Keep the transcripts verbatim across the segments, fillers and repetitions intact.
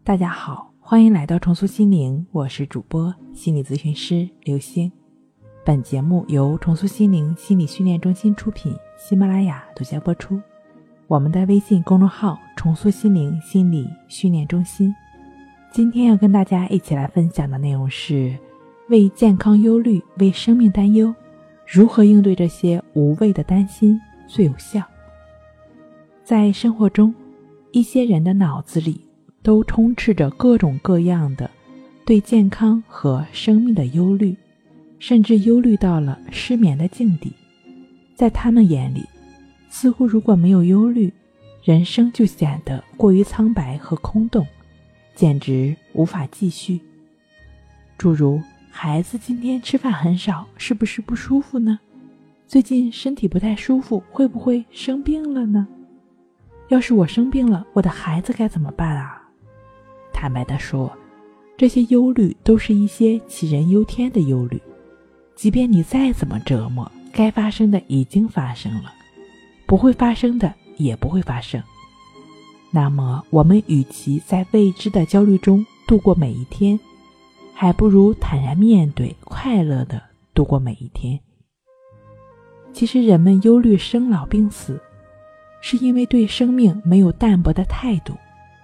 大家好，欢迎来到重塑心灵，我是主播心理咨询师刘星。本节目由重塑心灵心理训练中心出品，喜马拉雅独家播出。我们的微信公众号重塑心灵心理训练中心。今天要跟大家一起来分享的内容是为健康忧虑，为生命担忧，如何应对这些无谓的担心最有效。在生活中，一些人的脑子里都充斥着各种各样的对健康和生命的忧虑，甚至忧虑到了失眠的境地。在他们眼里，似乎如果没有忧虑，人生就显得过于苍白和空洞，简直无法继续。诸如孩子今天吃饭很少，是不是不舒服呢？最近身体不太舒服，会不会生病了呢？要是我生病了，我的孩子该怎么办啊？坦白地说，这些忧虑都是一些杞人忧天的忧虑。即便你再怎么折磨，该发生的已经发生了，不会发生的也不会发生。那么我们与其在未知的焦虑中度过每一天，还不如坦然面对，快乐地度过每一天。其实人们忧虑生老病死，是因为对生命没有淡泊的态度。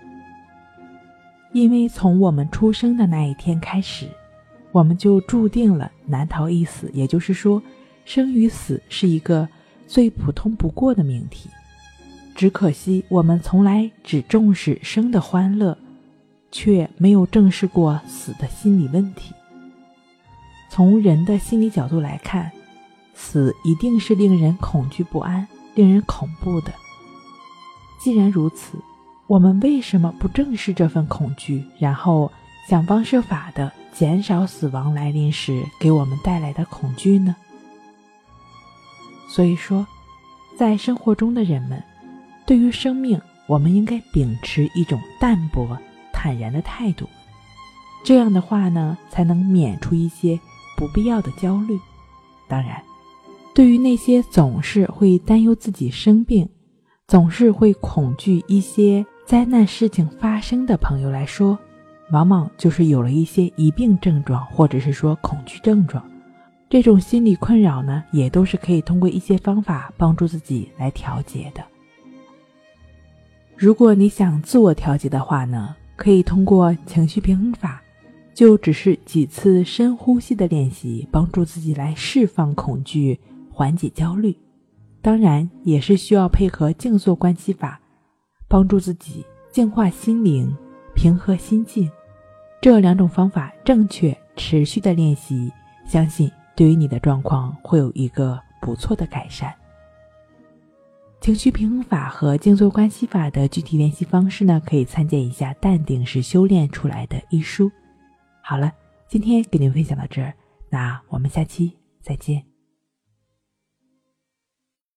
因为从我们出生的那一天开始，我们就注定了难逃一死，也就是说，生与死是一个最普通不过的命题。只可惜我们从来只重视生的欢乐，却没有正视过死的心理问题。从人的心理角度来看，死一定是令人恐惧不安，令人恐怖的。既然如此，我们为什么不正视这份恐惧，然后想方设法地减少死亡来临时给我们带来的恐惧呢？所以说，在生活中的人们，对于生命，我们应该秉持一种淡泊坦然的态度。这样的话呢，才能免除一些不必要的焦虑。当然，对于那些总是会担忧自己生病，总是会恐惧一些灾难事情发生的朋友来说，往往就是有了一些疑病症状，或者是说恐惧症状。这种心理困扰呢，也都是可以通过一些方法帮助自己来调节的。如果你想自我调节的话呢，可以通过情绪平衡法，就只是几次深呼吸的练习，帮助自己来释放恐惧，缓解焦虑。当然也是需要配合静坐观息法，帮助自己净化心灵，平和心境。这两种方法正确持续的练习，相信对于你的状况会有一个不错的改善。情绪平衡法和静坐观息法的具体练习方式呢，可以参见一下淡定是修炼出来的一书。好了，今天给您分享到这儿，那我们下期再见。